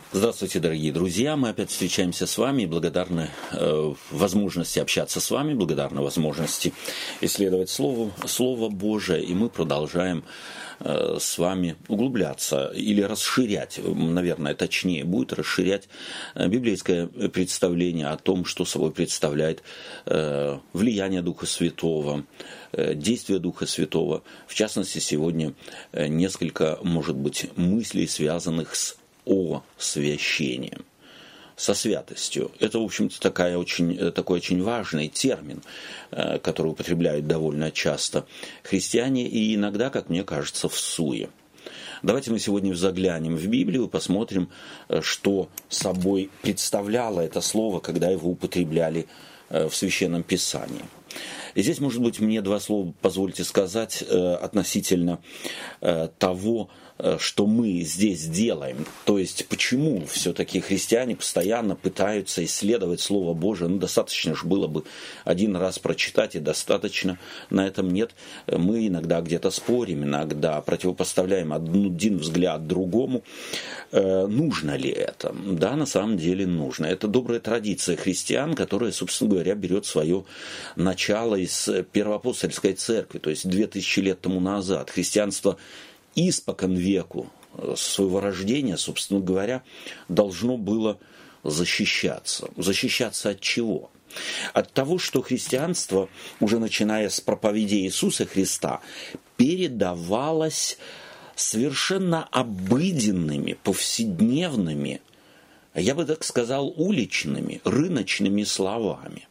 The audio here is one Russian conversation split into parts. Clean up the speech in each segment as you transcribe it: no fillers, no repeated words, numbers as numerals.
Здравствуйте, дорогие друзья. Мы опять встречаемся с вами и благодарны возможности общаться с вами, благодарны возможности исследовать Слово Божие. И мы продолжаем с вами углубляться или расширять, наверное, точнее будет расширять библейское представление о том, что собой представляет влияние Духа Святого, действие Духа Святого. В частности, сегодня несколько, может быть, мыслей, связанных с освящением, со святостью. Это, в общем-то, такой очень важный термин, который употребляют довольно часто христиане и иногда, как мне кажется, всуе. Давайте мы сегодня заглянем в Библию, посмотрим, что собой представляло это слово, когда его употребляли в Священном Писании. И здесь, может быть, мне два слова позвольте сказать относительно того, что мы здесь делаем. То есть, почему все-таки христиане постоянно пытаются исследовать Слово Божие. Достаточно же было бы один раз прочитать, и достаточно. На этом нет. Мы иногда где-то спорим, иногда противопоставляем один взгляд другому. Нужно ли это? Да, на самом деле нужно. Это добрая традиция христиан, которая, собственно говоря, берет свое начало из Первоапостольской церкви, то есть 2000 лет тому назад. Христианство испокон веку с своего рождения, собственно говоря, должно было защищаться. Защищаться от чего? От того, что христианство, уже начиная с проповеди Иисуса Христа, передавалось совершенно обыденными, повседневными, я бы так сказал, уличными, рыночными словами.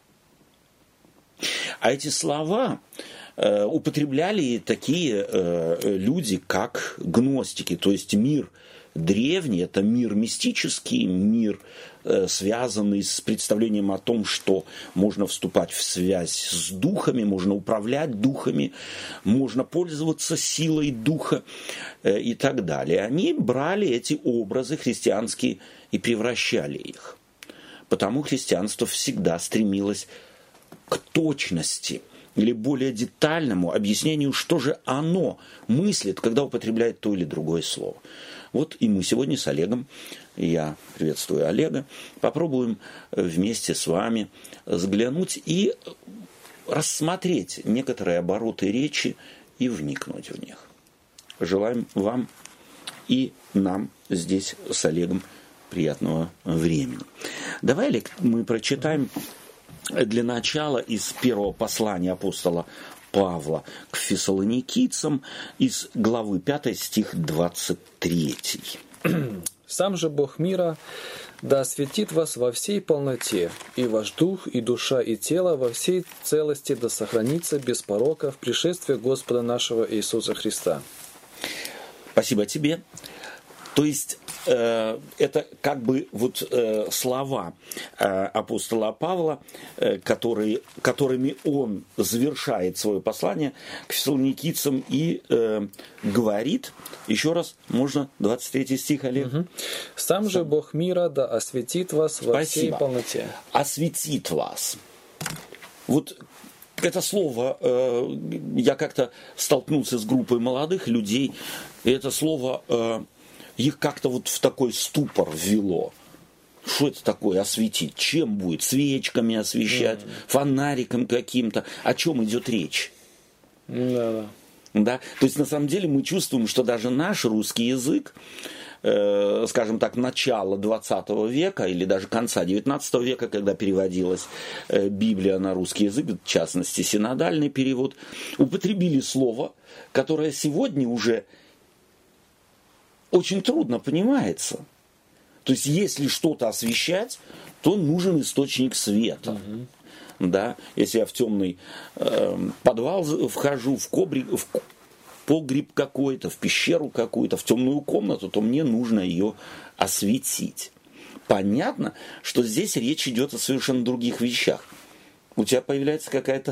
А эти слова употребляли такие люди, как гностики, то есть мир древний, это мир мистический, мир, связанный с представлением о том, что можно вступать в связь с духами, можно управлять духами, можно пользоваться силой духа и так далее. Они брали эти образы христианские и превращали их. Потому христианство всегда стремилось к точности или более детальному объяснению, что же оно мыслит, когда употребляет то или другое слово. Вот и мы сегодня с Олегом, я приветствую Олега, попробуем вместе с вами взглянуть и рассмотреть некоторые обороты речи и вникнуть в них. Желаем вам и нам здесь с Олегом приятного времени. Давай, Олег, мы прочитаем для начала из первого послания апостола Павла к фессалоникийцам из главы 5, стих 23. «Сам же Бог мира да осветит вас во всей полноте, и ваш дух, и душа, и тело во всей целости да сохранится без порока в пришествии Господа нашего Иисуса Христа». Спасибо тебе. То есть это как бы слова апостола Павла, которыми он завершает свое послание к фессалоникийцам и говорит, еще раз, можно 23 стих, Олег? Угу. «Сам же Бог мира да осветит вас во всей полноте». Осветит вас. Вот это слово, я как-то столкнулся с группой молодых людей, и это слово их как-то в такой ступор ввело. Что это такое осветить? Чем будет? Свечками освещать? Фонариком каким-то? О чем идет речь? Да. Да? То есть, на самом деле, мы чувствуем, что даже наш русский язык, скажем так, начала 20 века или даже конца 19 века, когда переводилась Библия на русский язык, в частности, синодальный перевод, употребили слово, которое сегодня уже очень трудно понимается. То есть, если что-то освещать, то нужен источник света. Угу. Да? Если я в темный подвал вхожу, в погреб какой-то, в пещеру какую-то, в темную комнату, то мне нужно ее осветить. Понятно, что здесь речь идет о совершенно других вещах. У тебя появляется какая-то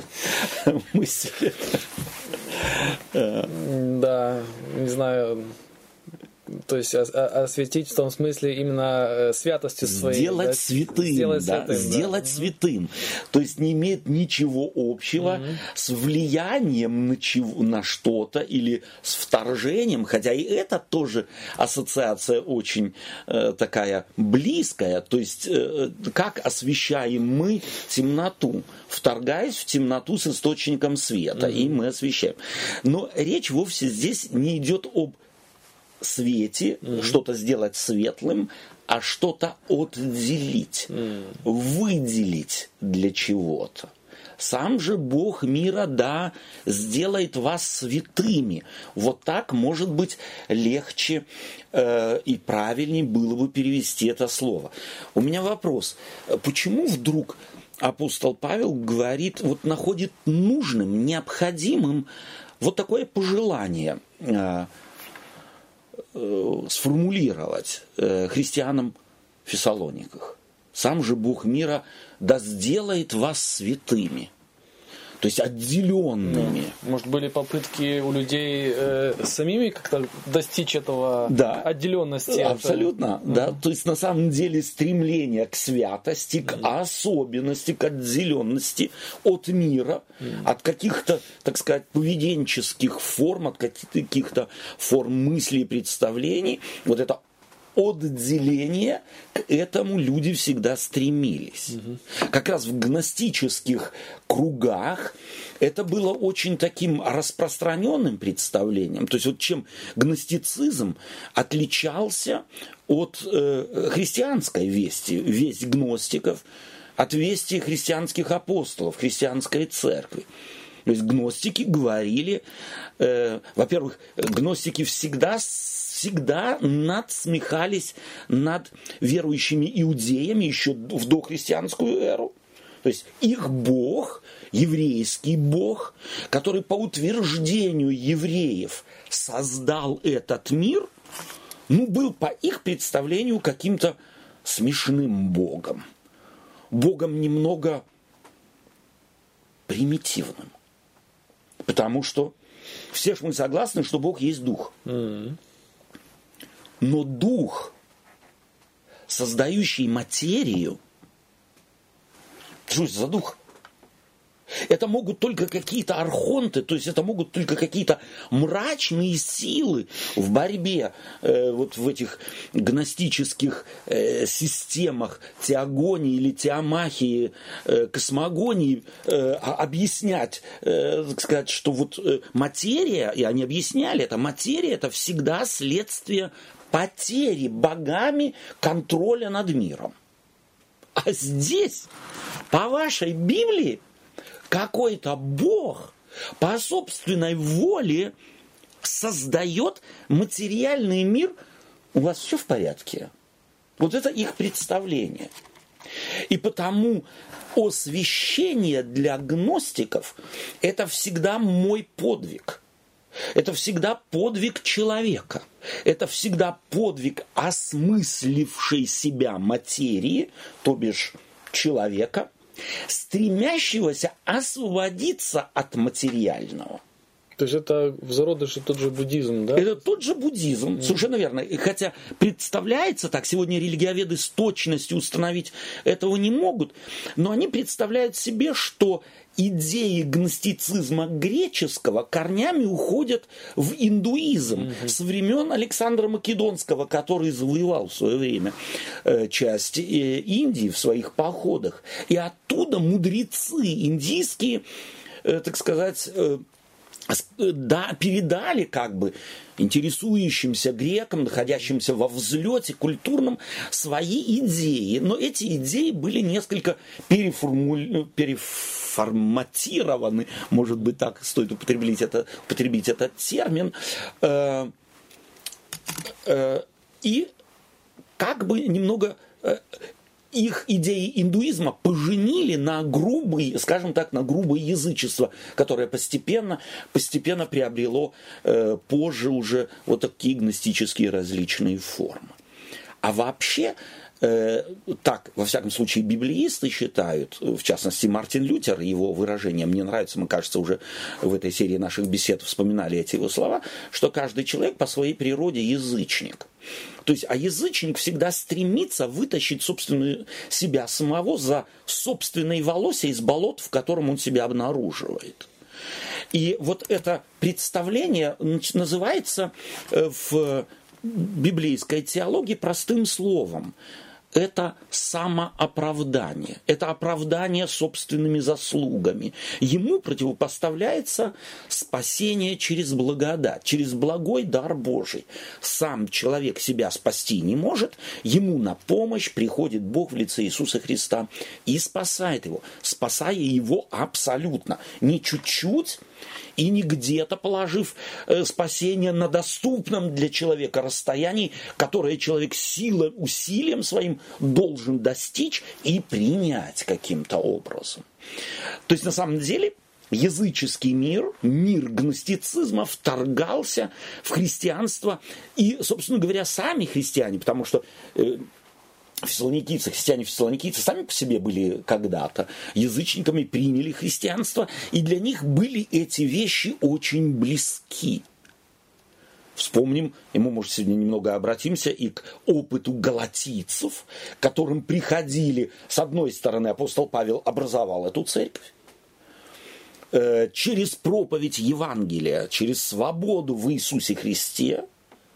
мысль? Да, не знаю. То есть осветить в том смысле именно святостью своей. Сделать да? святым. Сделать да. святым. То есть не имеет ничего общего с влиянием на что-то или с вторжением, хотя и это тоже ассоциация очень такая близкая. То есть как освещаем мы темноту, вторгаясь в темноту с источником света, и мы освещаем. Но речь вовсе здесь не идет об свете, что-то сделать светлым, а что-то отделить, выделить для чего-то. Сам же Бог мира, да, сделает вас святыми. Вот так, может быть, легче и правильнее было бы перевести это слово. У меня вопрос. Почему вдруг апостол Павел говорит, вот находит нужным, необходимым вот такое пожелание сформулировать христианам в Фессалониках? Сам же Бог мира да сделает вас святыми, то есть отделенными. Может, были попытки у людей самими как-то достичь этого отделенности? Абсолютно, да. То есть на самом деле стремление к святости, к особенности, к отделенности от мира, от каких-то, так сказать, поведенческих форм, от каких-то форм мыслей и представлений. Вот это отделение, к этому люди всегда стремились. Как раз в гностических кругах это было очень таким распространенным представлением. То есть вот чем гностицизм отличался от христианской вести, весть гностиков, от вести христианских апостолов, христианской церкви. То есть гностики говорили, во-первых, гностики всегда надсмехались над верующими иудеями еще в дохристианскую эру. То есть их Бог, еврейский Бог, который по утверждению евреев создал этот мир, был по их представлению каким-то смешным Богом. Богом немного примитивным. Потому что все мы согласны, что Бог есть Дух. Но Дух, создающий материю, что это за Дух? Это могут только какие-то архонты, то есть это могут только какие-то мрачные силы в борьбе вот в этих гностических системах теогонии или теомахии, космогонии объяснять, так сказать, что вот материя, и они объясняли это, материя это всегда следствие потери богами контроля над миром. А здесь, по вашей Библии, какой-то Бог по собственной воле создает материальный мир. У вас все в порядке? Вот это их представление. И потому освящение для гностиков – это всегда мой подвиг. Это всегда подвиг человека. Это всегда подвиг осмыслившей себя материи, то бишь человека, стремящегося освободиться от материального. То есть это в зародыше тот же буддизм, да? Это тот же буддизм, совершенно верно. И хотя представляется так, сегодня религиоведы с точностью установить этого не могут, но они представляют себе, что идеи гностицизма греческого корнями уходят в индуизм с времен Александра Македонского, который завоевал в свое время часть Индии в своих походах. И оттуда мудрецы индийские, так сказать, передали как бы интересующимся грекам, находящимся во взлете культурном, свои идеи. Но эти идеи были несколько переформатированы, может быть, так стоит употребить этот термин, и как бы немного их идеи индуизма поженили на грубый, скажем так, на грубое язычество, которое постепенно приобрело позже уже вот такие гностические различные формы. А вообще, так, во всяком случае, библеисты считают, в частности, Мартин Лютер, его выражение, мне нравится, мы, кажется, уже в этой серии наших бесед вспоминали эти его слова, что каждый человек по своей природе язычник. То есть, а язычник всегда стремится вытащить собственную себя самого за собственные волосы из болот, в котором он себя обнаруживает. И вот это представление называется в библейской теологии простым словом. Это самооправдание, это оправдание собственными заслугами. Ему противопоставляется спасение через благодать, через благой дар Божий. Сам человек себя спасти не может, ему на помощь приходит Бог в лице Иисуса Христа и спасает его, спасая его абсолютно, не чуть-чуть, и не где-то положив спасение на доступном для человека расстоянии, которое человек усилием своим должен достичь и принять каким-то образом. То есть на самом деле языческий мир, мир гностицизма вторгался в христианство и, собственно говоря, сами христиане, потому что христиане-фессалоникийцы сами по себе были когда-то язычниками, приняли христианство, и для них были эти вещи очень близки. Вспомним, и мы, может, сегодня немного обратимся и к опыту галатийцев, к которым приходили, с одной стороны, апостол Павел образовал эту церковь, через проповедь Евангелия, через свободу в Иисусе Христе.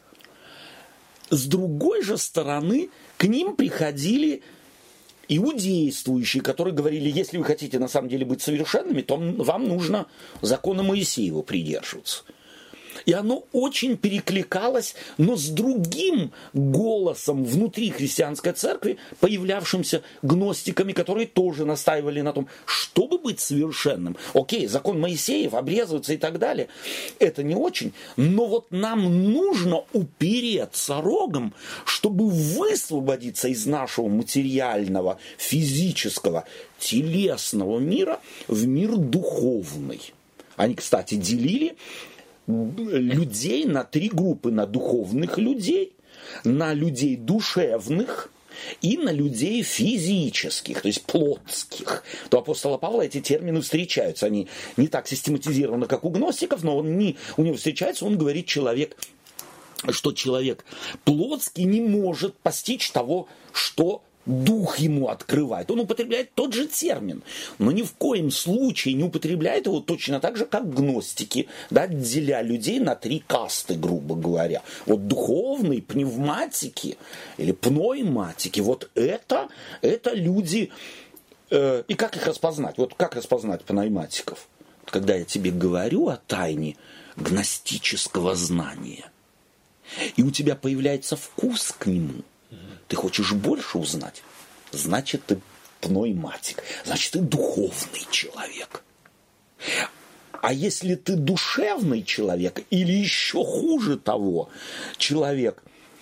С другой же стороны, к ним приходили иудействующие, которые говорили, если вы хотите на самом деле быть совершенными, то вам нужно закона Моисеева придерживаться. И оно очень перекликалось, но с другим голосом внутри христианской церкви, появлявшимся гностиками, которые тоже настаивали на том, чтобы быть совершенным. Окей, закон Моисеев, обрезываться и так далее, это не очень, но вот нам нужно упереться рогом, чтобы высвободиться из нашего материального, физического, телесного мира в мир духовный. Они, кстати, делили людей на 3 группы: на духовных людей, на людей душевных и на людей физических, то есть плотских. То у апостола Павла эти термины встречаются. Они не так систематизированы, как у гностиков, но у него встречается, он говорит, что человек плотский не может постичь того, что дух ему открывает. Он употребляет тот же термин, но ни в коем случае не употребляет его точно так же, как гностики, да, деля людей на 3 касты, грубо говоря. Вот духовные, пневматики или пнойматики, вот это люди. И как их распознать? Вот как распознать пнойматиков? Когда я тебе говорю о тайне гностического знания, и у тебя появляется вкус к нему, ты хочешь больше узнать, значит, ты пнойматик, значит, ты духовный человек. А если ты душевный человек, или еще хуже того, человек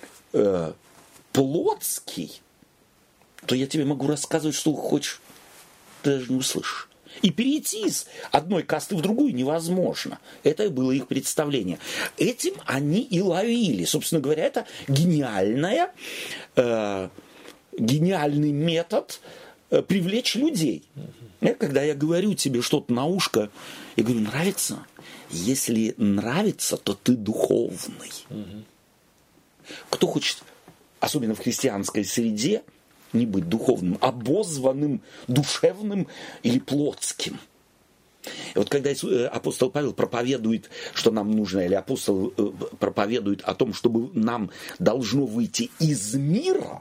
плотский, то я тебе могу рассказывать, что хочешь, ты даже не услышишь. И перейти из одной касты в другую невозможно. Это было их представление. Этим они и ловили. Собственно говоря, это гениальный метод привлечь людей. Когда я говорю тебе что-то на ушко, я говорю, нравится? Если нравится, то ты духовный. Кто хочет, особенно в христианской среде, не быть духовным, обозванным, душевным или плотским. И вот когда апостол Павел проповедует, что нам нужно, или апостол проповедует о том, чтобы нам должно выйти из мира,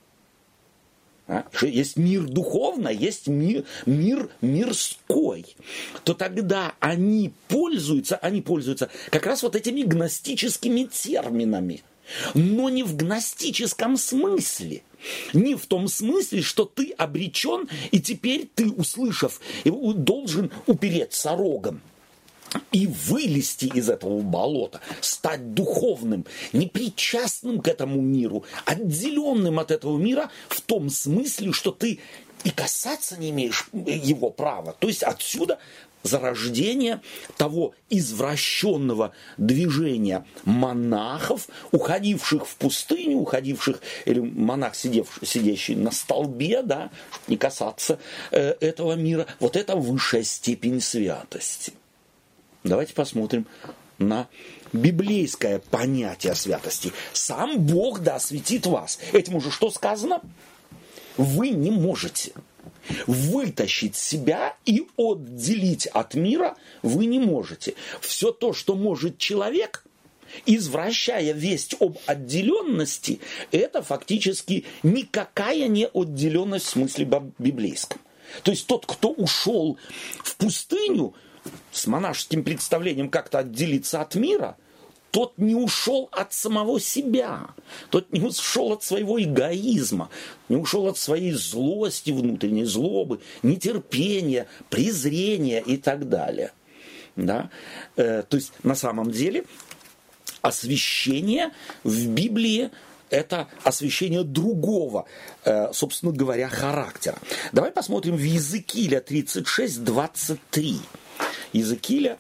есть мир духовный, есть мир мирской, то тогда они пользуются как раз вот этими гностическими терминами. Но не в гностическом смысле. Не в том смысле, что ты обречен, и теперь ты, услышав, должен упереться рогом и вылезти из этого болота, стать духовным, непричастным к этому миру, отделенным от этого мира в том смысле, что ты и касаться не имеешь его права. То есть отсюда зарождение того извращенного движения монахов, уходивших в пустыню, или монах, сидящий на столбе, да, чтобы не касаться этого мира. Вот это высшая степень святости. Давайте посмотрим на библейское понятие святости. Сам Бог да осветит вас. Этим уже что сказано? Вы не можете вытащить себя и отделить от мира, вы не можете. Все то, что может человек, извращая весть об отделенности, это фактически никакая не отделенность в смысле библейском. То есть тот, кто ушел в пустыню с монашеским представлением как-то отделиться от мира, тот не ушел от самого себя, тот не ушел от своего эгоизма, не ушел от своей злости внутренней, злобы, нетерпения, презрения и так далее. Да? То есть на самом деле освящение в Библии – это освящение другого, собственно говоря, характера. Давай посмотрим в Иезекииля 36:23. Иезекииля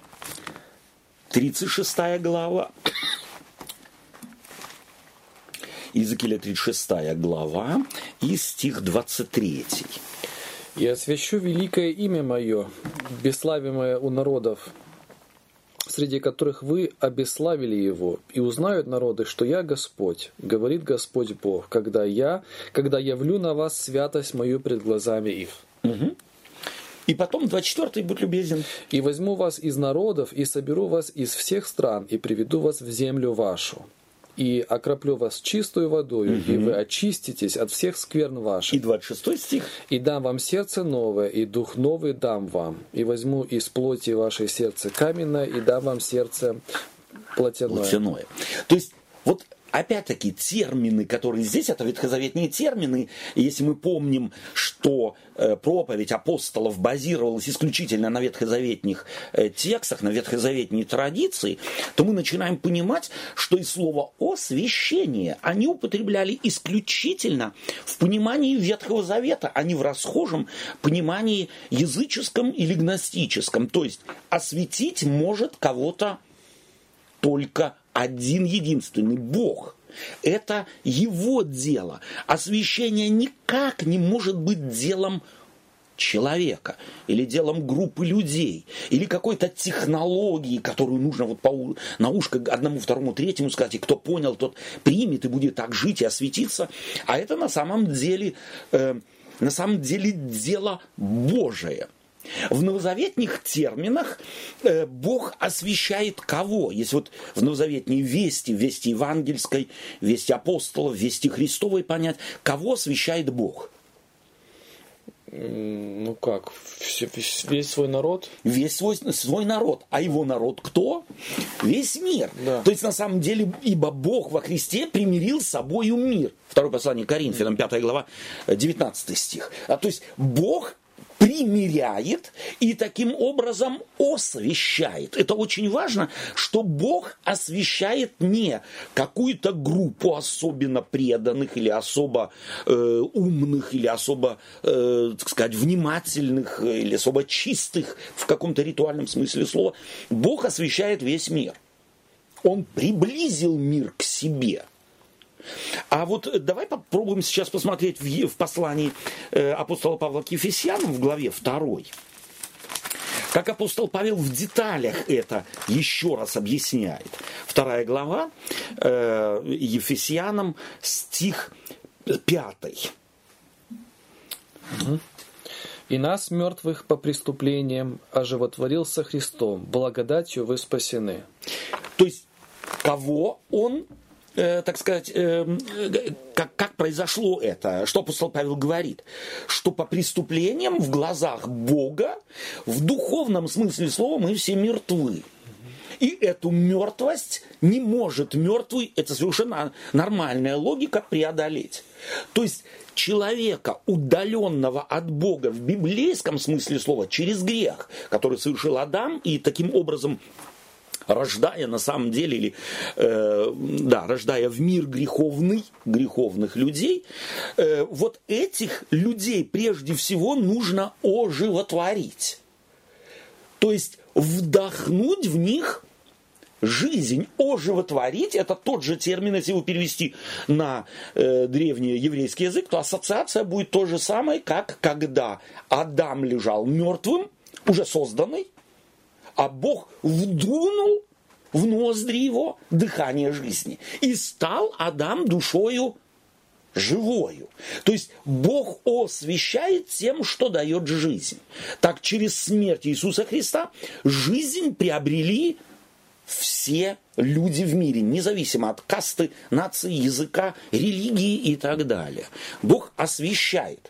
36 глава. Иезекииля 36 глава и стих 23. «И освящу великое имя мое, бесславимое у народов, среди которых вы обесславили его, и узнают народы, что я Господь, говорит Господь Бог, когда явлю на вас святость мою пред глазами их». Угу. И потом 24-й, будь любезен. «И возьму вас из народов, и соберу вас из всех стран, и приведу вас в землю вашу, и окроплю вас чистую водою, и вы очиститесь от всех скверн ваших. И 26 стих. И дам вам сердце новое, и дух новый дам вам. И возьму из плоти вашей сердце каменное, и дам вам сердце плотяное». То есть, вот опять-таки, термины, которые здесь, это ветхозаветные термины. И если мы помним, что проповедь апостолов базировалась исключительно на ветхозаветных текстах, на ветхозаветной традиции, то мы начинаем понимать, что и слово «освящение» они употребляли исключительно в понимании Ветхого Завета, а не в расхожем понимании языческом или гностическом. То есть осветить может кого-то только один единственный Бог. Это его дело. Освящение никак не может быть делом человека или делом группы людей, или какой-то технологии, которую нужно вот на ушко одному, второму, третьему сказать, и кто понял, тот примет и будет так жить и осветиться. А это на самом деле дело Божие. В новозаветных терминах Бог освящает кого? Если вот в новозаветной вести евангельской, вести апостолов, вести Христовой понять, кого освящает Бог? Ну как, весь свой народ? Весь свой народ. А его народ кто? Весь мир. Да. То есть на самом деле, ибо Бог во Христе примирил с собою мир. Второе послание Коринфянам, 5 глава, 19 стих. То есть Бог примиряет и таким образом освящает. Это очень важно, что Бог освящает не какую-то группу особенно преданных или особо умных, или особо, так сказать, внимательных, или особо чистых в каком-то ритуальном смысле слова. Бог освящает весь мир. Он приблизил мир к себе. А вот давай попробуем сейчас посмотреть в послании апостола Павла к Ефесянам в главе 2. Как апостол Павел в деталях это еще раз объясняет. 2 глава Ефесянам, стих 5. «И нас, мертвых по преступлениям, оживотворил со Христом, благодатью вы спасены». То есть, кого он, так сказать, как произошло это, что апостол Павел говорит, что по преступлениям в глазах Бога, в духовном смысле слова, мы все мертвы. И эту мертвость не может мертвый, это совершенно нормальная логика, преодолеть. То есть человека, удаленного от Бога в библейском смысле слова, через грех, который совершил Адам, и таким образом рождая на самом деле, рождая в мир греховных людей, вот этих людей прежде всего нужно оживотворить. То есть вдохнуть в них жизнь, оживотворить, это тот же термин, если его перевести на древний еврейский язык, то ассоциация будет то же самое, как когда Адам лежал мертвым, уже созданный, а Бог вдунул в ноздри его дыхание жизни. И стал Адам душою живою. То есть Бог освящает тем, что дает жизнь. Так через смерть Иисуса Христа жизнь приобрели все люди в мире, независимо от касты, нации, языка, религии и так далее. Бог освящает.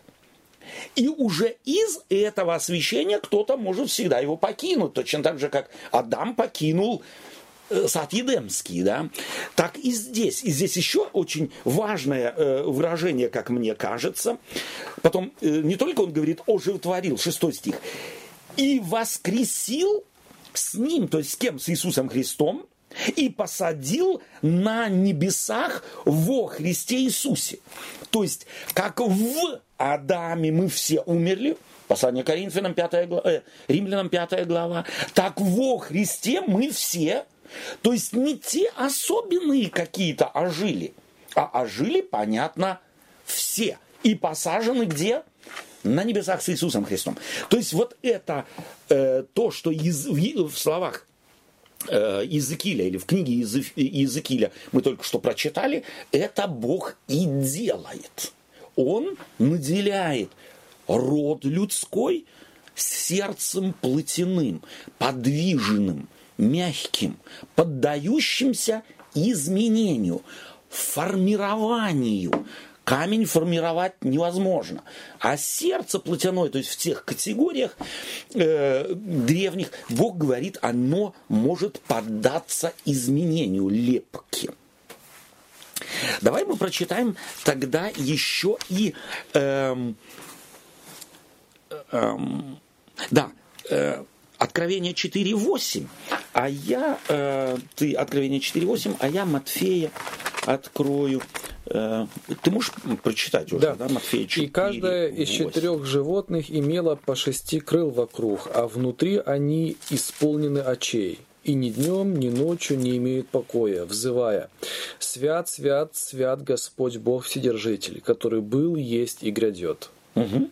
И уже из этого освящения кто-то может всегда его покинуть. Точно так же, как Адам покинул сад Едемский, да? Так и здесь. И здесь еще очень важное выражение, как мне кажется. Потом не только он говорит «оживотворил», 6 стих, «и воскресил с ним», то есть с кем? С Иисусом Христом, «и посадил на небесах во Христе Иисусе». То есть, как в Адаме мы все умерли, послание Коринфянам 5 глава, Римлянам 5 глава, так во Христе мы все, то есть не те особенные какие-то ожили, а ожили, понятно, все. И посажены где? На небесах с Иисусом Христом. То есть вот это то, что в словах Иезекииля или в книге Иезекииля мы только что прочитали, это Бог и делает. Он наделяет род людской сердцем плотяным, подвижным, мягким, поддающимся изменению, формированию. Камень формировать невозможно. А сердце плотяное, то есть в тех категориях древних, Бог говорит, оно может поддаться изменению, лепке. Давай мы прочитаем тогда еще и Откровение 4.8, ты Откровение 4.8, а я Матфея открою. Ты можешь прочитать уже, да, Матфея 4, «И каждое из 4 животных имело по 6 крыл вокруг, а внутри они исполнены очей. И ни днем, ни ночью не имеют покоя, взывая: свят, свят, свят Господь Бог Вседержитель, который был, есть и грядет». Угу.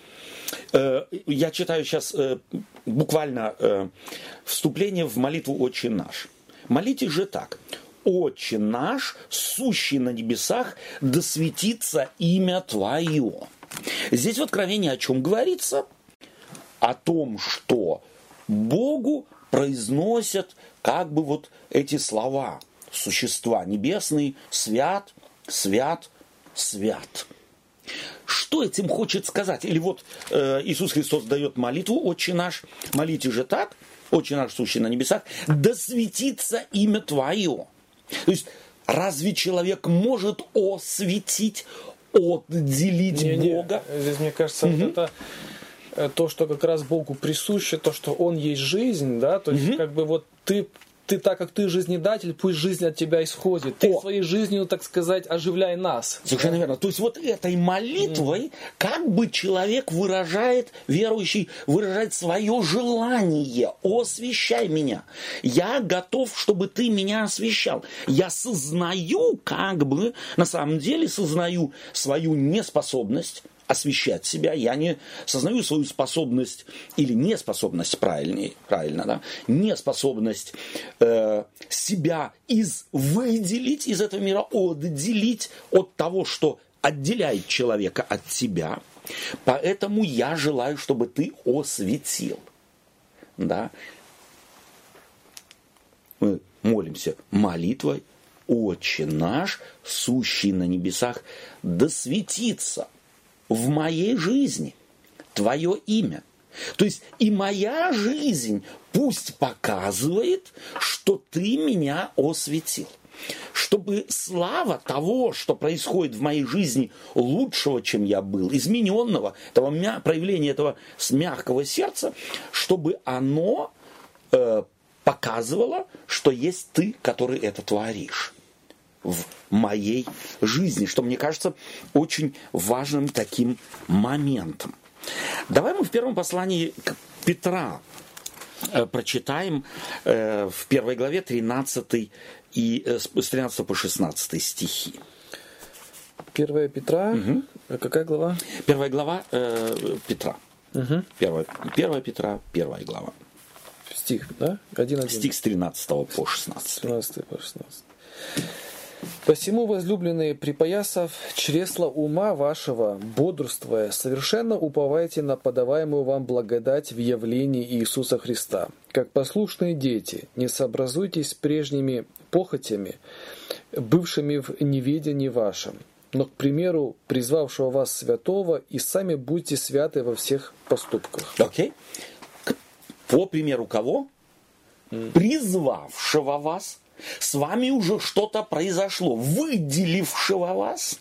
Я читаю сейчас буквально вступление в молитву «Отче наш». Молитесь же так: «Отче наш, сущий на небесах, да светится имя Твое». Здесь в Откровении о чем говорится? О том, что Богу произносят как бы вот эти слова существа небесные: свят, свят, свят. Что этим хочет сказать? Или вот Иисус Христос дает молитву «Отче наш», молите же так: «Отче наш, сущий на небесах, да светится имя Твое». То есть разве человек может осветить, отделить Бога? Здесь, мне кажется, это то, что как раз Богу присуще, то, что Он есть жизнь, да, то есть как бы вот ты так как ты жизнедатель, пусть жизнь от тебя исходит. Ты своей жизнью, так сказать, оживляй нас. Совершенно верно. То есть вот этой молитвой как бы человек выражает, верующий, выражает свое желание: освящай меня. Я готов, чтобы ты меня освящал. Я сознаю, как бы, на самом деле сознаю свою неспособность освящать себя, я не сознаю свою способность или неспособность, правильно, да, неспособность себя выделить из этого мира, отделить от того, что отделяет человека от тебя. Поэтому я желаю, чтобы ты осветил. Да? Мы молимся молитвой: «Отче наш, сущий на небесах, да светится в моей жизни Твое имя». То есть и моя жизнь пусть показывает, что Ты меня осветил. Чтобы слава того, что происходит в моей жизни лучшего, чем я был, измененного, проявления этого мягкого сердца, чтобы оно показывало, что есть Ты, который это творишь в моей жизни, что мне кажется очень важным таким моментом. Давай мы в первом послании Петра прочитаем в 1 главе 13 и с 13 по 16 стихи. 1 Петра, какая глава? 1 глава Петра. 1 Петра, 1 глава. Стих, да? 1:1. Стих с 13 по 16. 13 по 16. «Посему, возлюбленные, припоясав чресла ума вашего, бодрствуя, совершенно уповайте на подаваемую вам благодать в явлении Иисуса Христа. Как послушные дети, не сообразуйтесь с прежними похотями, бывшими в неведении вашем, но, к примеру, призвавшего вас святого, и сами будьте святы во всех поступках». Окей. По примеру кого? Призвавшего вас. С вами уже что-то произошло, выделившего вас,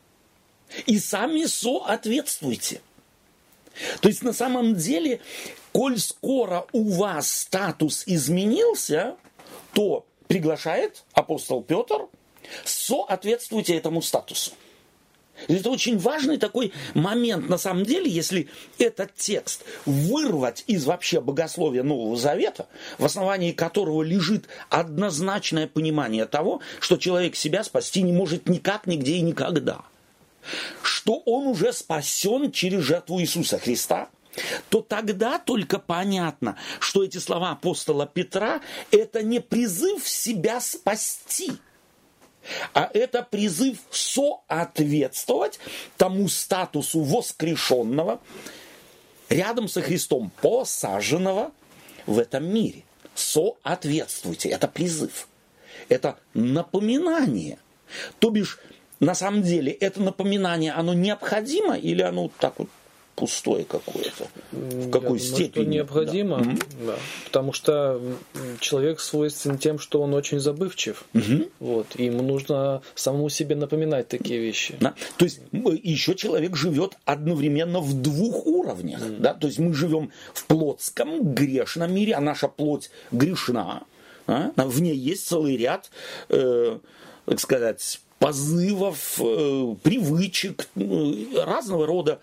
и сами соответствуйте. То есть на самом деле, коль скоро у вас статус изменился, то приглашает апостол Петр, соответствуйте этому статусу. Это очень важный такой момент, на самом деле, если этот текст вырвать из вообще богословия Нового Завета, в основании которого лежит однозначное понимание того, что человек себя спасти не может никак, нигде и никогда, что он уже спасен через жертву Иисуса Христа, то тогда только понятно, что эти слова апостола Петра – это не призыв себя спасти, а это призыв соответствовать тому статусу воскрешенного, рядом со Христом посаженного в этом мире. Соответствуйте. Это призыв. Это напоминание. То бишь, на самом деле, это напоминание, оно необходимо или оно так вот пустое какое-то? В какой степени? Что необходимо, да. Потому что человек свойствен тем, что он очень забывчив. Вот, и ему нужно самому себе напоминать такие вещи. Да. То есть еще человек живет одновременно в двух уровнях. Да? То есть мы живем в плотском, грешном мире, а наша плоть грешна. В ней есть целый ряд, так сказать, позывов, привычек, разного рода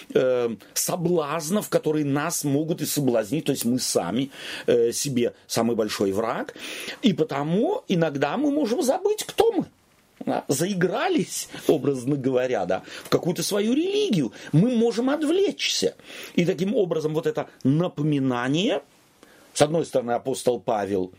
соблазнов, которые нас могут и соблазнить, то есть мы сами себе самый большой враг, и потому иногда мы можем забыть, кто мы. Да? Заигрались, образно говоря, да, в какую-то свою религию, мы можем отвлечься. И таким образом вот это напоминание, с одной стороны, апостол Павел: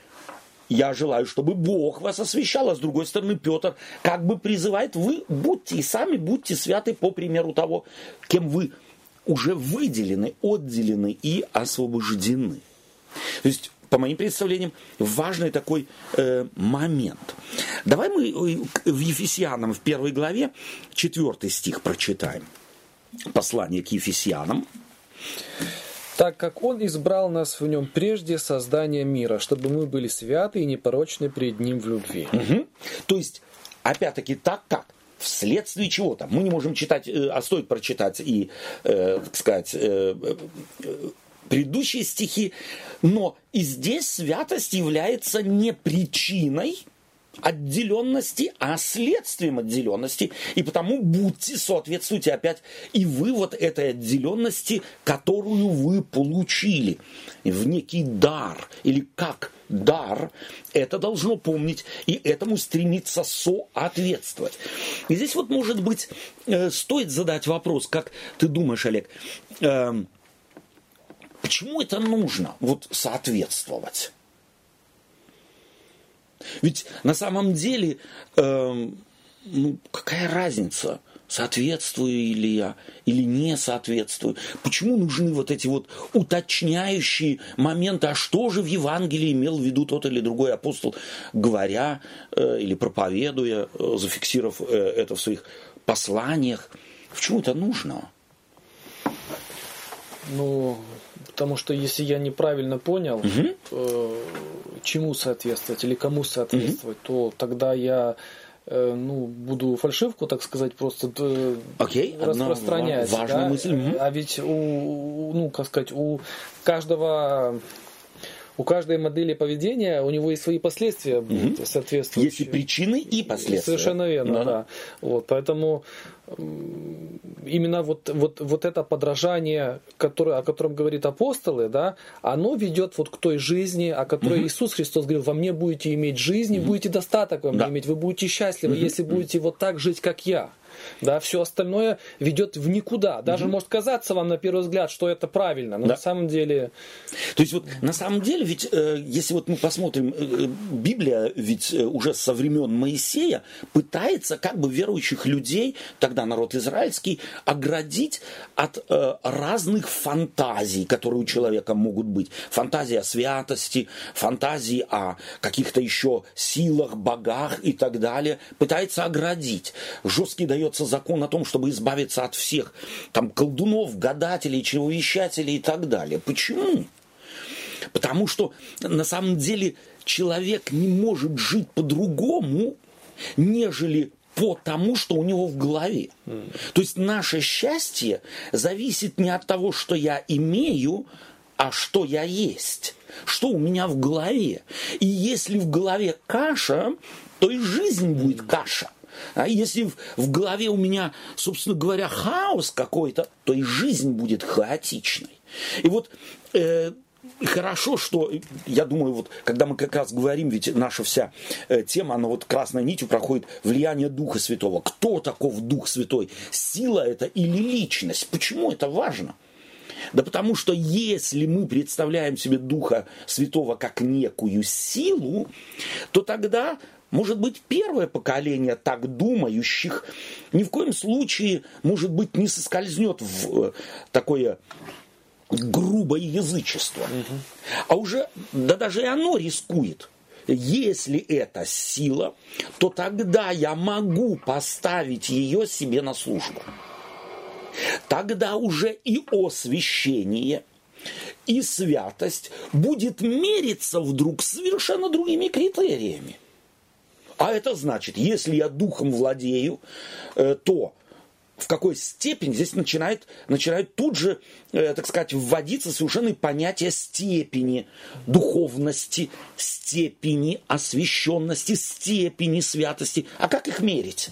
я желаю, чтобы Бог вас освящал, а с другой стороны, Петр как бы призывает: вы будьте и сами будьте святы по примеру того, кем вы уже выделены, отделены и освобождены. То есть, по моим представлениям, важный такой момент. Давай мы в Ефесянам в 1 главе 4 стих прочитаем. Послание к Ефесянам. «Так как Он избрал нас в Нем прежде создания мира, чтобы мы были святы и непорочны пред Ним в любви». То есть, опять-таки, так как, вследствие чего-то. Мы не можем читать, а стоит прочитать и, так сказать, предыдущие стихи, но и здесь святость является не причиной отделенности, а следствием отделенности. И потому будьте, соответствуйте опять и вы вот этой отделенности, которую вы получили в некий дар, или как дар, это должно помнить и этому стремиться соответствовать. И здесь вот, может быть, стоит задать вопрос, как ты думаешь, Олег, почему это нужно, вот соответствовать? Ведь на самом деле, какая разница, соответствую ли я или не соответствую? Почему нужны вот эти вот уточняющие моменты? А что же в Евангелии имел в виду тот или другой апостол, говоря или проповедуя, зафиксировав это в своих посланиях? Почему это нужно? Потому что если я неправильно понял, чему соответствовать или кому соответствовать, то тогда я буду фальшивку, так сказать, просто распространять. Важная мысль. А ведь у каждой модели поведения у него есть свои последствия соответствующие. Есть и причины, и последствия. Совершенно верно, да. Вот, поэтому именно вот это подражание, о котором говорит апостолы, да, оно ведет вот к той жизни, о которой Иисус Христос говорил: во мне будете иметь жизнь, и будете достаток во мне иметь, вы будете счастливы, если будете вот так жить, как я. Да, все остальное ведет в никуда. Даже может казаться вам на первый взгляд, что это правильно, но на самом деле... То есть вот на самом деле, ведь если вот мы посмотрим, Библия ведь уже со времен Моисея пытается как бы верующих людей, тогда народ израильский, оградить от разных фантазий, которые у человека могут быть. Фантазии о святости, фантазии о каких-то еще силах, богах и так далее. Пытается оградить. Жесткий дается закон о том, чтобы избавиться от всех там колдунов, гадателей, чревовещателей и так далее. Почему? Потому что на самом деле человек не может жить по-другому, нежели по тому, что у него в голове. То есть наше счастье зависит не от того, что я имею, а что я есть, что у меня в голове. И если в голове каша, то и жизнь будет каша. А если в голове у меня, собственно говоря, хаос какой-то, то и жизнь будет хаотичной. И вот хорошо, что, я думаю, вот когда мы как раз говорим, ведь наша вся тема, она вот красной нитью проходит влияние Духа Святого. Кто таков Дух Святой? Сила это или личность? Почему это важно? Да потому что если мы представляем себе Духа Святого как некую силу, то тогда... Может быть, первое поколение так думающих ни в коем случае, может быть, не соскользнет в такое грубое язычество. А уже, да даже и оно рискует. Если это сила, то тогда я могу поставить ее себе на службу. Тогда уже и освящение, и святость будет мериться вдруг совершенно другими критериями. А это значит, если я духом владею, то в какой степени здесь начинает тут же, так сказать, вводиться совершенно понятие степени духовности, степени освященности, степени святости. А как их мерить?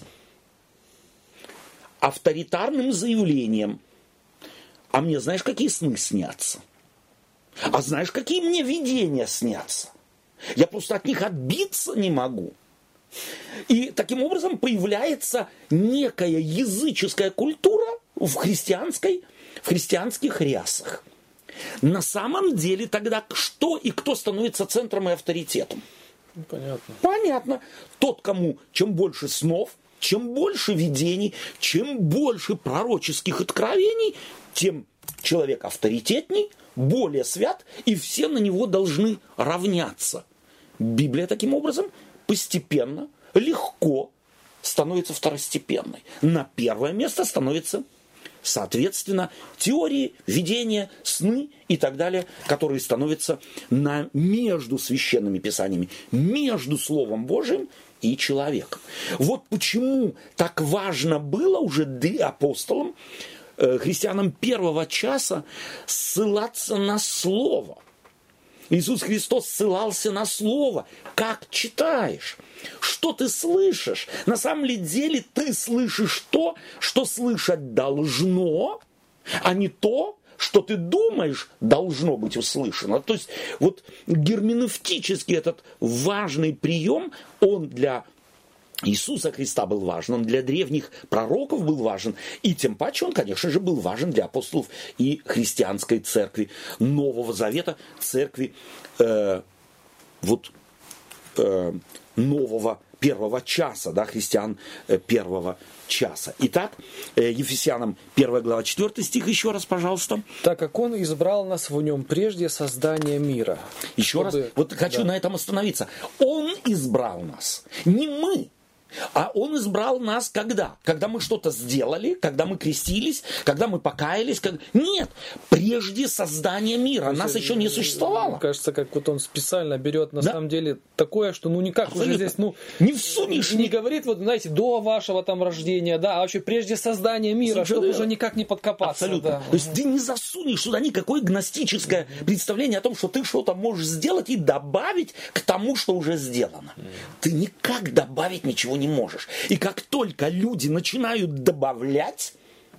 Авторитарным заявлением. А мне знаешь, какие сны снятся? А знаешь, какие мне видения снятся? Я просто от них отбиться не могу. И таким образом появляется некая языческая культура в христианских рясах. На самом деле тогда что и кто становится центром и авторитетом? Понятно. Понятно. Тот, кому чем больше снов, чем больше видений, чем больше пророческих откровений, тем человек авторитетней, более свят, и все на него должны равняться. Библия таким образом постепенно, легко становится второстепенной. На первое место становятся, соответственно, теории, видения, сны и так далее, которые становятся между священными писаниями, между Словом Божиим и человеком. Вот почему так важно было уже апостолам, христианам первого часа ссылаться на Слово. Иисус Христос ссылался на Слово. Как читаешь? Что ты слышишь? На самом деле ты слышишь то, что слышать должно, а не то, что ты думаешь, должно быть услышано. То есть вот герменевтически этот важный прием, он для Иисуса Христа был важен, он для древних пророков был важен, и тем паче он, конечно же, был важен для апостолов и христианской церкви Нового Завета, церкви нового первого часа, да, христиан первого часа. Итак, Ефесянам 1 глава 4 стих, еще раз, пожалуйста. Так как Он избрал нас в Нем прежде создания мира. Еще раз, вот хочу на этом остановиться. Он избрал нас, не мы. А Он избрал нас когда? Когда мы что-то сделали, когда мы крестились, когда мы покаялись. Нет, прежде создания мира. Нас еще не существовало. Кажется, как вот Он специально берет на самом деле такое, что никак абсолютно. Уже здесь не всунешь. Не говорит, вот знаете, до вашего там рождения, да, а вообще прежде создания мира, чтобы уже никак не подкопаться. Абсолютно. Да. То есть ты не засунешь туда никакое гностическое представление о том, что ты что-то можешь сделать и добавить к тому, что уже сделано. Ты никак добавить ничего не можешь. И как только люди начинают добавлять,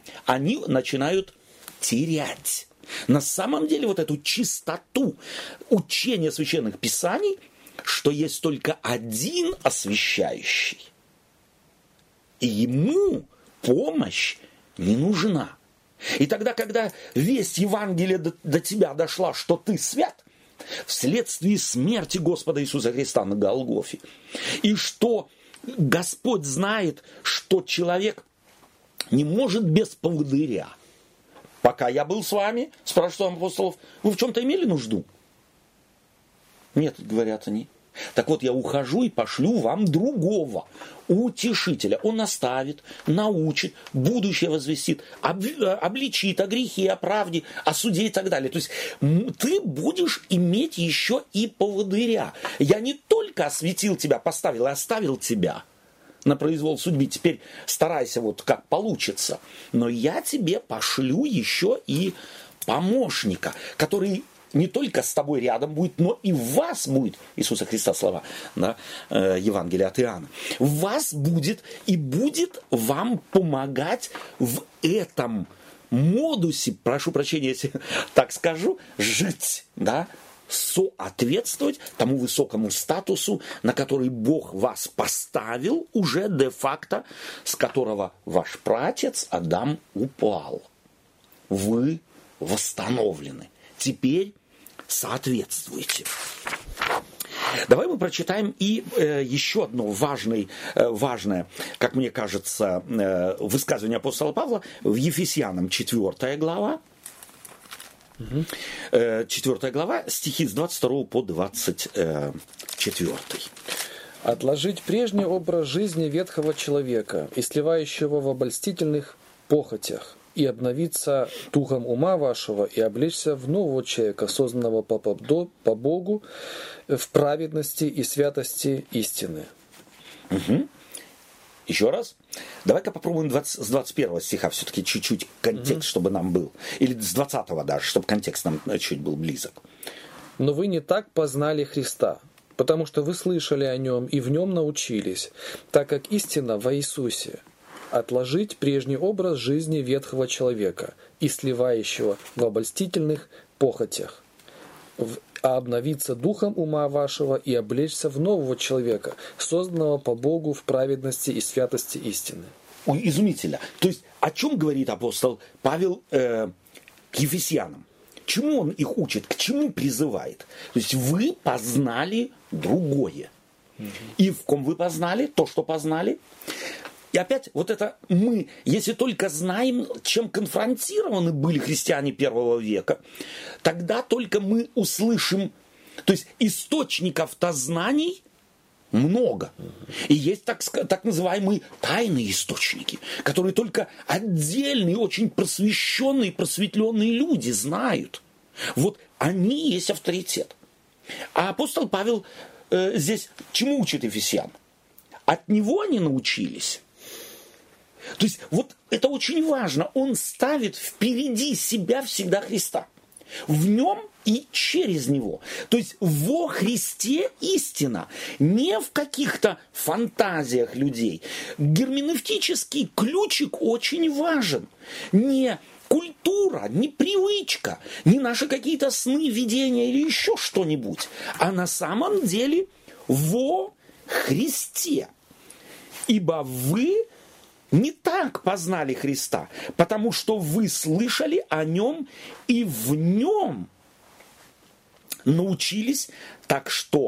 они начинают терять. На самом деле вот эту чистоту учения священных писаний, что есть только один освящающий, и ему помощь не нужна. И тогда, когда весть Евангелия до тебя дошла, что ты свят, вследствие смерти Господа Иисуса Христа на Голгофе, и что Господь знает, что человек не может без поводыря. Пока я был с вами, спрашивают апостолов, вы в чем-то имели нужду? Нет, говорят они. Так вот, я ухожу и пошлю вам другого утешителя. Он наставит, научит, будущее возвестит, обличит о грехе, о правде, о суде и так далее. То есть ты будешь иметь еще и поводыря. Я не только осветил тебя, поставил и оставил тебя на произвол судьбы, теперь старайся вот как получится, но я тебе пошлю еще и помощника, который не только с тобой рядом будет, но и в вас будет, Иисуса Христа слова, да, Евангелие от Иоанна, в вас будет и будет вам помогать в этом модусе, прошу прощения, если так скажу, жить, да, соответствовать тому высокому статусу, на который Бог вас поставил уже де-факто, с которого ваш праотец Адам упал. Вы восстановлены. Теперь соответствуйте. Давай мы прочитаем и еще одно важное, как мне кажется, высказывание апостола Павла в Ефесянам 4 глава. 4 глава, стихи с 22 по 24. «Отложить прежний образ жизни ветхого человека и сливающего в обольстительных похотях, и обновиться духом ума вашего, и облечься в нового человека, созданного по Богу в праведности и святости истины». Угу. Еще раз. Давай-ка попробуем с 21 стиха все-таки чуть-чуть контекст, чтобы нам был. Или с 20 даже, чтобы контекст нам чуть был близок. «Но вы не так познали Христа, потому что вы слышали о Нем и в Нем научились, так как истина во Иисусе. Отложить прежний образ жизни ветхого человека и сливающего в обольстительных похотях, а обновиться духом ума вашего и облечься в нового человека, созданного по Богу в праведности и святости истины». Ой, изумительно. То есть, о чем говорит апостол Павел к Ефесянам? Чему он их учит? К чему призывает? То есть, вы познали другое. И в ком вы познали? То, что познали. И опять, вот это мы, если только знаем, чем конфронтированы были христиане первого века, тогда только мы услышим, то есть источников-то знаний много. И есть так называемые тайные источники, которые только отдельные, очень просвещенные, просветленные люди знают. Вот они есть авторитет. А апостол Павел здесь чему учит ефесян? От него они научились. То есть вот это очень важно. Он ставит впереди себя всегда Христа. В нем и через него. То есть во Христе истина. Не в каких-то фантазиях людей. Герменевтический ключик очень важен. Не культура, не привычка, не наши какие-то сны, видения или еще что-нибудь. А на самом деле во Христе. Ибо вы не так познали Христа, потому что вы слышали о Нем и в Нем научились, так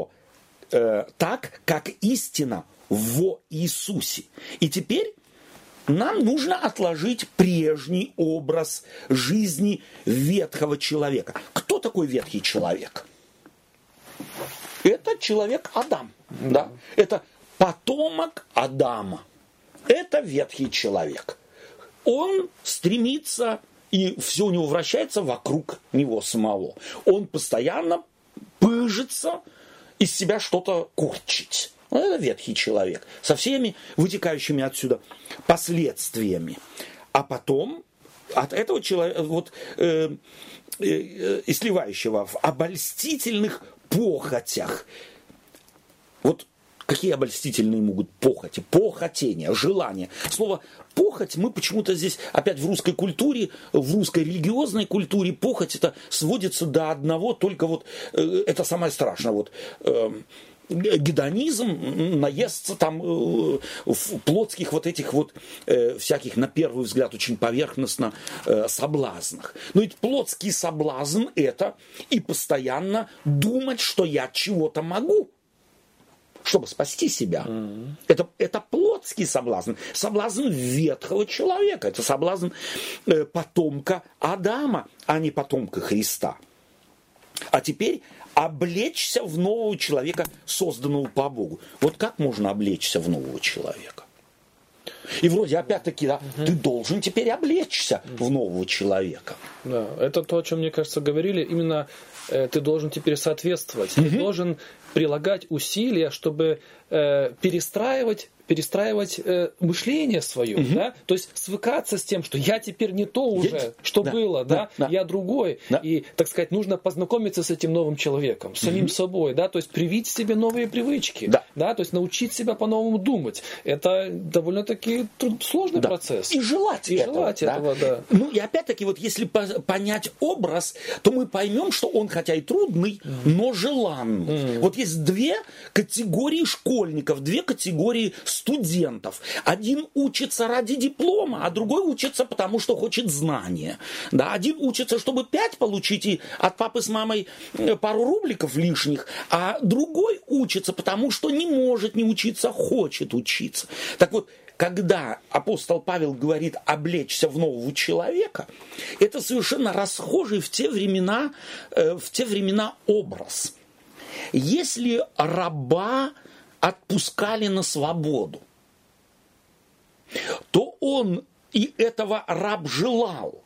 как истина во Иисусе. И теперь нам нужно отложить прежний образ жизни ветхого человека. Кто такой ветхий человек? Это человек Адам. Да? Это потомок Адама. Это ветхий человек. Он стремится, и все у него вращается вокруг него самого. Он постоянно пыжится, из себя что-то корчить. Это ветхий человек. Со всеми вытекающими отсюда последствиями. А потом от этого человека, и сливающего в обольстительных похотях. Вот Какие обольстительные могут похоти, похотения, желания. Слово похоть мы почему-то здесь, опять в русской культуре, в русской религиозной культуре, похоть это сводится до одного, только вот, это самое страшное, вот, гедонизм, наесться там в плотских вот этих вот всяких, на первый взгляд, очень поверхностно соблазнах. Но ведь плотский соблазн это и постоянно думать, что я чего-то могу, чтобы спасти себя. Это плотский соблазн. Соблазн ветхого человека. Это соблазн потомка Адама, а не потомка Христа. А теперь облечься в нового человека, созданного по Богу. Вот как можно облечься в нового человека? И вроде опять-таки, да, ты должен теперь облечься в нового человека. Да, это то, о чем, мне кажется, говорили. Именно ты должен теперь соответствовать. Ты должен прилагать усилия, чтобы перестраивать мышление свое, да? То есть свыкаться с тем, что я теперь не то уже, что было, да? Я другой. Да. И, так сказать, нужно познакомиться с этим новым человеком, с самим собой, да? То есть привить себе новые привычки, да? То есть научить себя по-новому думать. Это довольно-таки сложный процесс. И желать этого, да. Ну и опять-таки, вот если понять образ, то мы поймем, что он хотя и трудный, но желанный. Вот есть две категории школьников, две категории студентов. Один учится ради диплома, а другой учится потому, что хочет знания. Да, один учится, чтобы 5 получить и от папы с мамой пару рубликов лишних, а другой учится потому, что не может не учиться, хочет учиться. Так вот, когда апостол Павел говорит облечься в нового человека, это совершенно расхожий в те времена образ. Если раба отпускали на свободу, то он и этого раб желал.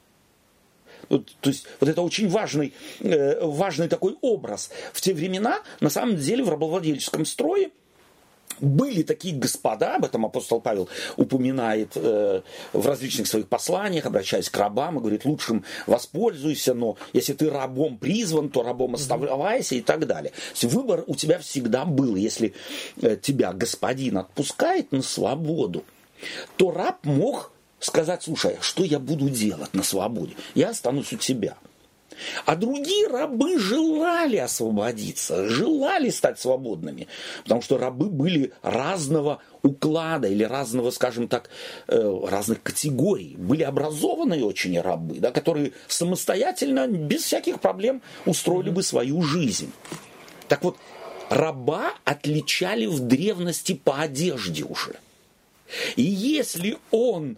То есть вот это очень важный такой образ. В те времена, на самом деле, в рабовладельческом строе были такие господа, об этом апостол Павел упоминает в различных своих посланиях, обращаясь к рабам, и говорит, лучшим воспользуйся, но если ты рабом призван, то рабом оставайся и так далее. То есть выбор у тебя всегда был. Если тебя господин отпускает на свободу, то раб мог сказать, слушай, что я буду делать на свободе? Я останусь у тебя. А другие рабы желали освободиться, желали стать свободными, потому что рабы были разного уклада или разного, скажем так, разных категорий. Были образованные очень рабы, да, которые самостоятельно, без всяких проблем устроили бы свою жизнь. Так вот, раба отличали в древности по одежде уже. И если он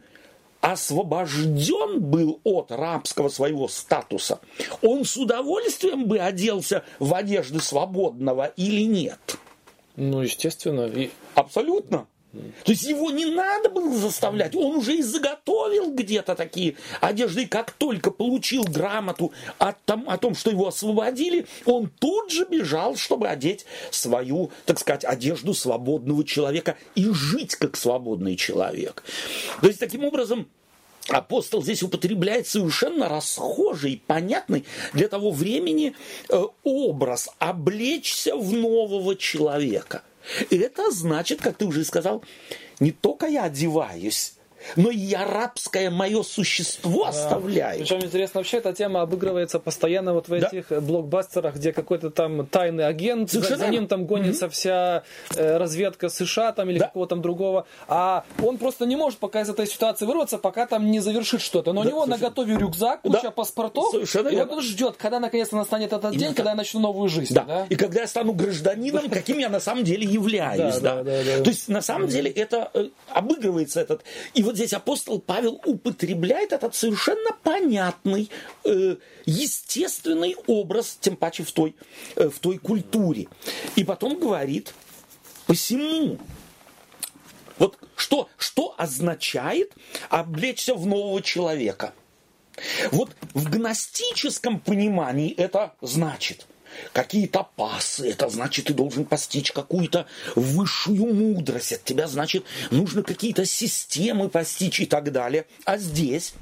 освобожден был от рабского своего статуса, он с удовольствием бы оделся в одежды свободного или нет? Ну, естественно. Абсолютно. То есть его не надо было заставлять, он уже и заготовил где-то такие одежды, и как только получил грамоту о том, что его освободили, он тут же бежал, чтобы одеть свою, так сказать, одежду свободного человека и жить как свободный человек. То есть таким образом апостол здесь употребляет совершенно расхожий, понятный для того времени образ облечься в нового человека. И это значит, как ты уже сказал, не только я одеваюсь, но и я рабское мое существо оставляю. Причем интересно, вообще эта тема обыгрывается постоянно вот в этих блокбастерах, где какой-то там тайный агент, за ним там гонится вся разведка США там, или какого-то там другого, а он просто не может пока из этой ситуации вырваться, пока там не завершит что-то. Но у него наготове рюкзак, куча паспортов, и вот он ждет, когда наконец-то настанет этот день, когда я начну новую жизнь. Да. И когда я стану гражданином, каким я на самом деле являюсь. То есть на самом деле это обыгрывается этот. И вот здесь апостол Павел употребляет этот совершенно понятный, естественный образ, тем паче в той культуре. И потом говорит, посему. Вот что означает облечься в нового человека? Вот в гностическом понимании это значит какие-то пассы, это значит, ты должен постичь какую-то высшую мудрость, от тебя, значит, нужно какие-то системы постичь и так далее. А здесь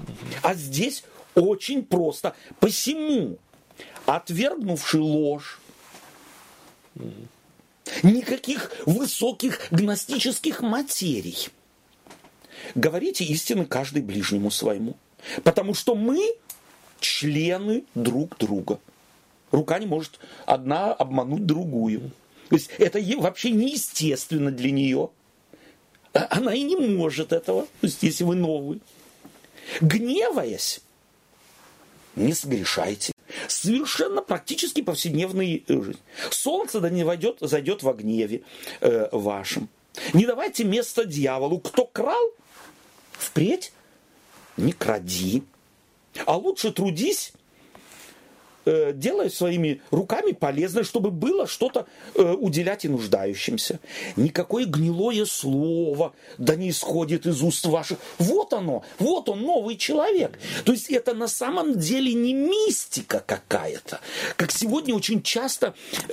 очень просто. Посему, отвергнувший ложь, никаких высоких гностических материй. Говорите истины каждый ближнему своему. Потому что мы члены друг друга. Рука не может одна обмануть другую. То есть это вообще неестественно для нее. Она и не может этого, то есть если вы новый. Гневаясь, не согрешайте. Совершенно практически повседневная жизнь. Солнце да не зайдет во гневе вашем. Не давайте место дьяволу. Кто крал, впредь не кради. А лучше трудись, делая своими руками полезное, чтобы было что-то уделять и нуждающимся. Никакое гнилое слово да не исходит из уст ваших. Вот оно, вот он, новый человек. То есть это на самом деле не мистика какая-то. Как сегодня очень часто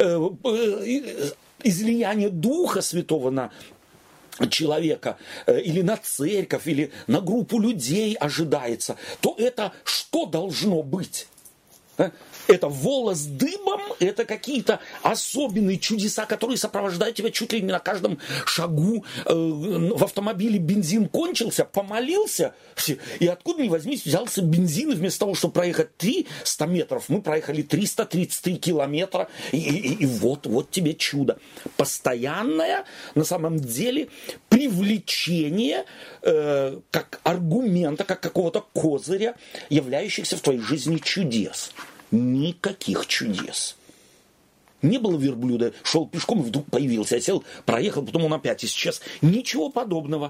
излияние Духа Святого на человека или на церковь, или на группу людей ожидается, то это что должно быть? Это волос дыбом, это какие-то особенные чудеса, которые сопровождают тебя чуть ли не на каждом шагу. В автомобиле бензин кончился, помолился, и откуда ни возьмись взялся бензин, и вместо того, чтобы проехать 300 метров, мы проехали 333 километра, и вот тебе чудо. Постоянное, на самом деле, привлечение как аргумента, как какого-то козыря, являющихся в твоей жизни чудес. Никаких чудес. Не было верблюда, шел пешком и вдруг появился, сел, проехал, потом он опять исчез. Ничего подобного.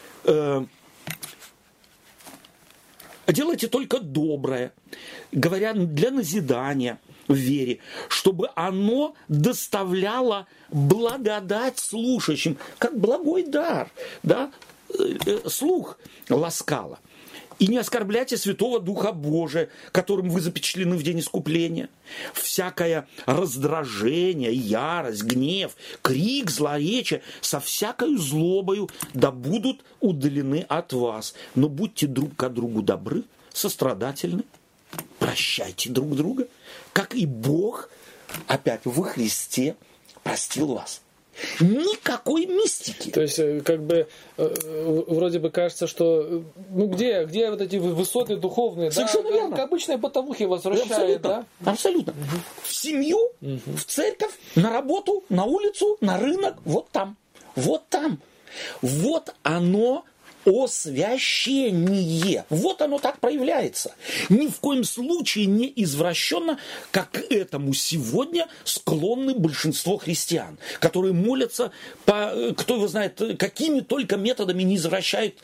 Делайте только доброе, говоря для назидания в вере, чтобы оно доставляло благодать слушающим, как благой дар, да? Слух ласкало. И не оскорбляйте Святого Духа Божия, которым вы запечатлены в день искупления. Всякое раздражение, ярость, гнев, крик, злоречие со всякою злобою да будут удалены от вас. Но будьте друг к другу добры, сострадательны, прощайте друг друга, как и Бог, опять во Христе, простил вас. Никакой мистики. То есть, как бы, вроде бы кажется, что, где вот эти высоты духовные, совершенно верно. К обычной бытовухе возвращает, абсолютно, да? Абсолютно. В семью, в церковь, на работу, на улицу, на рынок, вот там. Вот там. Вот оно освящение. Вот оно так проявляется. Ни в коем случае не извращенно, как к этому сегодня склонны большинство христиан, которые молятся кто его знает, какими только методами не извращаются,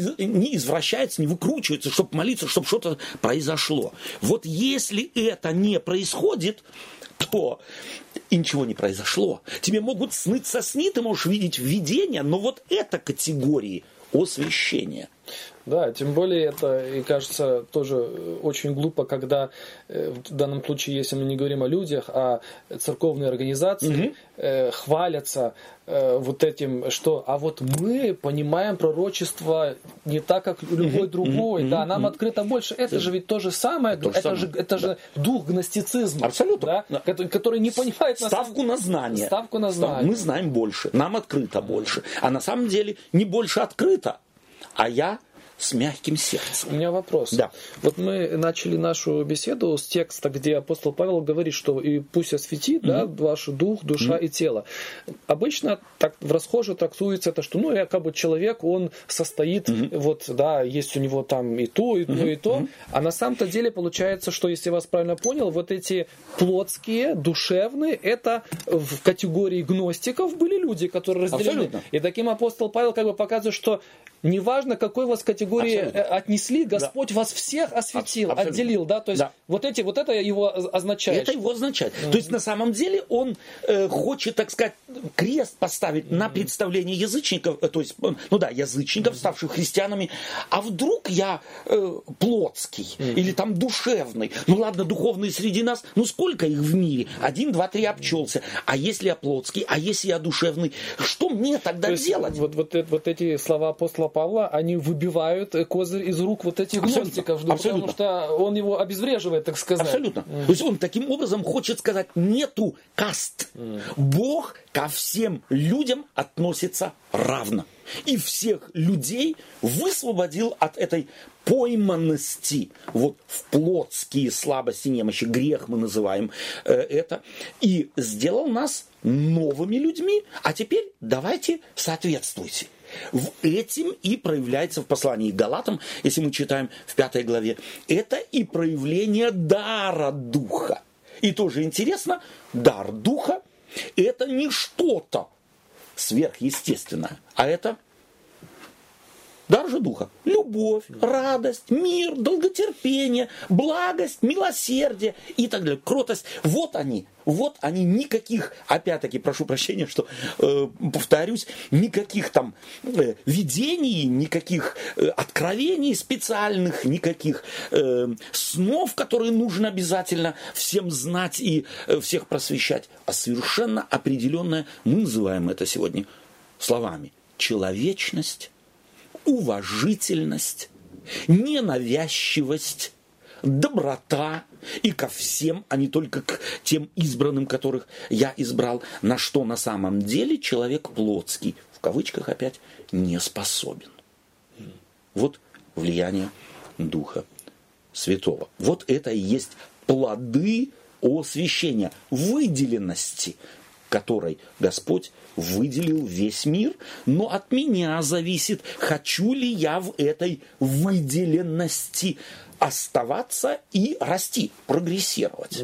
не выкручиваются, чтобы молиться, чтобы что-то произошло. Вот если это не происходит, то и ничего не произошло. Тебе могут сниться сны, ты можешь видеть видения, но вот это категории освящения. Да, тем более это, и кажется, тоже очень глупо, когда в данном случае, если мы не говорим о людях, а церковные организации хвалятся вот этим, что а вот мы понимаем пророчество не так, как любой другой, да, нам открыто больше. Это же ведь то же самое, это же дух гностицизма. Абсолютно. Да, который не понимает ставку на знание. Ставку на знание. Мы знаем больше, нам открыто больше. А на самом деле не больше открыто, а я с мягким сердцем. У меня вопрос. Да. Вот мы начали нашу беседу с текста, где апостол Павел говорит, что и пусть осветит ваш дух, душа и тело. Обычно так в расхоже трактуется это, что якобы человек, он состоит, вот, да, есть у него там и то, и то, и то. А на самом-то деле получается, что, если я вас правильно понял, вот эти плотские, душевные, это в категории гностиков были люди, которые разделены. Абсолютно. И таким апостол Павел как бы показывает, что неважно, какой вас категории отнесли, Господь вас всех осветил, отделил, да, то есть вот это его означает. Это его означает. То есть на самом деле он хочет, так сказать, крест поставить на представление язычников, то есть, язычников, ставших христианами, а вдруг я плотский или там душевный, ладно, духовные среди нас, сколько их в мире? 1, 2, 3 обчелся. А если я плотский, а если я душевный, что мне тогда делать? Вот эти слова апостола Павла, они выбивают козырь из рук вот этих гностиков, потому что он его обезвреживает, так сказать. Абсолютно. То есть он таким образом хочет сказать, нету каст. Бог ко всем людям относится равно. И всех людей высвободил от этой пойманности вот в плотские слабости, немощи, грех мы называем это, и сделал нас новыми людьми. А теперь давайте соответствуйте. В этим и проявляется в послании к Галатам, если мы читаем в 5 главе, это и проявление дара Духа. И тоже интересно, дар Духа – это не что-то сверхъестественное, а это дар же Духа. Любовь, радость, мир, долготерпение, благость, милосердие и так далее. Кротость. Вот они, никаких, опять-таки, прошу прощения, что повторюсь, никаких там видений, никаких откровений специальных, никаких снов, которые нужно обязательно всем знать и всех просвещать, а совершенно определенное, мы называем это сегодня словами, человечность, уважительность, ненавязчивость, доброта и ко всем, а не только к тем избранным, которых я избрал, на что на самом деле человек плотский, в кавычках опять, не способен. Вот влияние Духа Святого. Вот это и есть плоды освящения, выделенности, которой Господь выделил весь мир, но от меня зависит, хочу ли я в этой выделенности оставаться и расти, прогрессировать.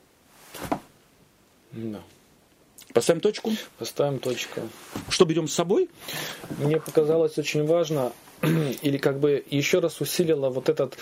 Да. Поставим точку? Поставим точку. Что берем с собой? Мне показалось очень важно, или как бы еще раз усилило вот этот...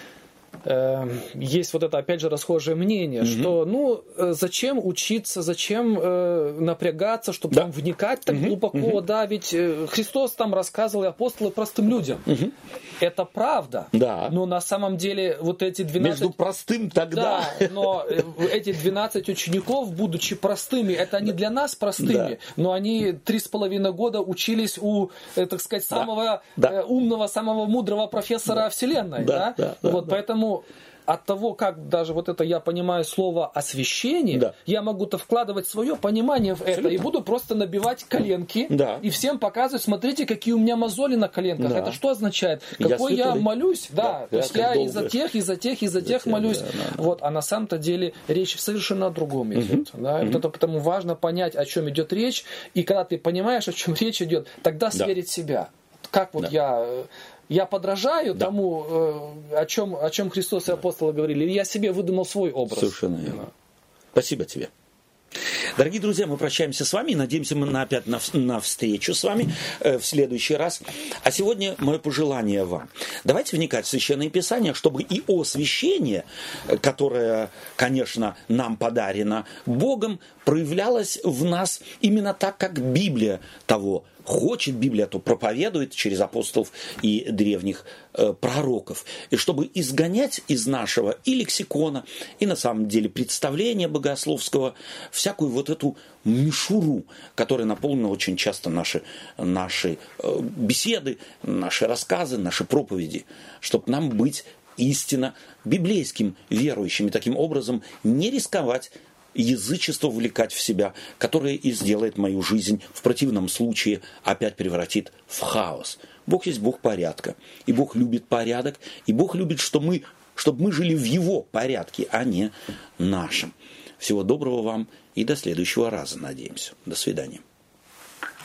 Есть вот это, опять же, расхожее мнение, что, зачем учиться, зачем напрягаться, чтобы там вникать так глубоко, да, ведь Христос там рассказывал, и апостолы простым людям. Это правда, но на самом деле вот эти 12... Между простым тогда... Да, но эти 12 учеников, будучи простыми, это не для нас простыми, но они 3,5 года учились у, так сказать, самого умного, самого мудрого профессора Вселенной, вот, поэтому от того, как даже вот это я понимаю слово освящение, я могу-то вкладывать свое понимание в это и буду просто набивать коленки и всем показывать, смотрите, какие у меня мозоли на коленках. Это что означает? Какой я молюсь? То есть я и за тех молюсь. Вот, а на самом-то деле речь совершенно о другом идет. Вот это потому важно понять, о чем идет речь, и когда ты понимаешь, о чем речь идет, тогда сверить себя. Как вот я подражаю тому, о чем Христос и апостолы говорили, или я себе выдумал свой образ. Совершенно верно. Спасибо тебе. Дорогие друзья, мы прощаемся с вами и надеемся мы опять на встречу с вами в следующий раз. А сегодня мое пожелание вам. Давайте вникать в Священное Писание, чтобы и освящение, которое, конечно, нам подарено Богом, проявлялось в нас именно так, как Библия того хочет, Библия то проповедует через апостолов и древних пророков. И чтобы изгонять из нашего и лексикона, и на самом деле представления богословского всякую вот эту мишуру, которая наполнена очень часто наши беседы, наши рассказы, наши проповеди, чтобы нам быть истинно библейским верующим и таким образом не рисковать язычество влекать в себя, которое и сделает мою жизнь в противном случае опять превратит в хаос. Бог есть Бог порядка, и Бог любит порядок, и Бог любит, чтобы мы жили в Его порядке, а не нашем. Всего доброго вам и до следующего раза, надеемся. До свидания.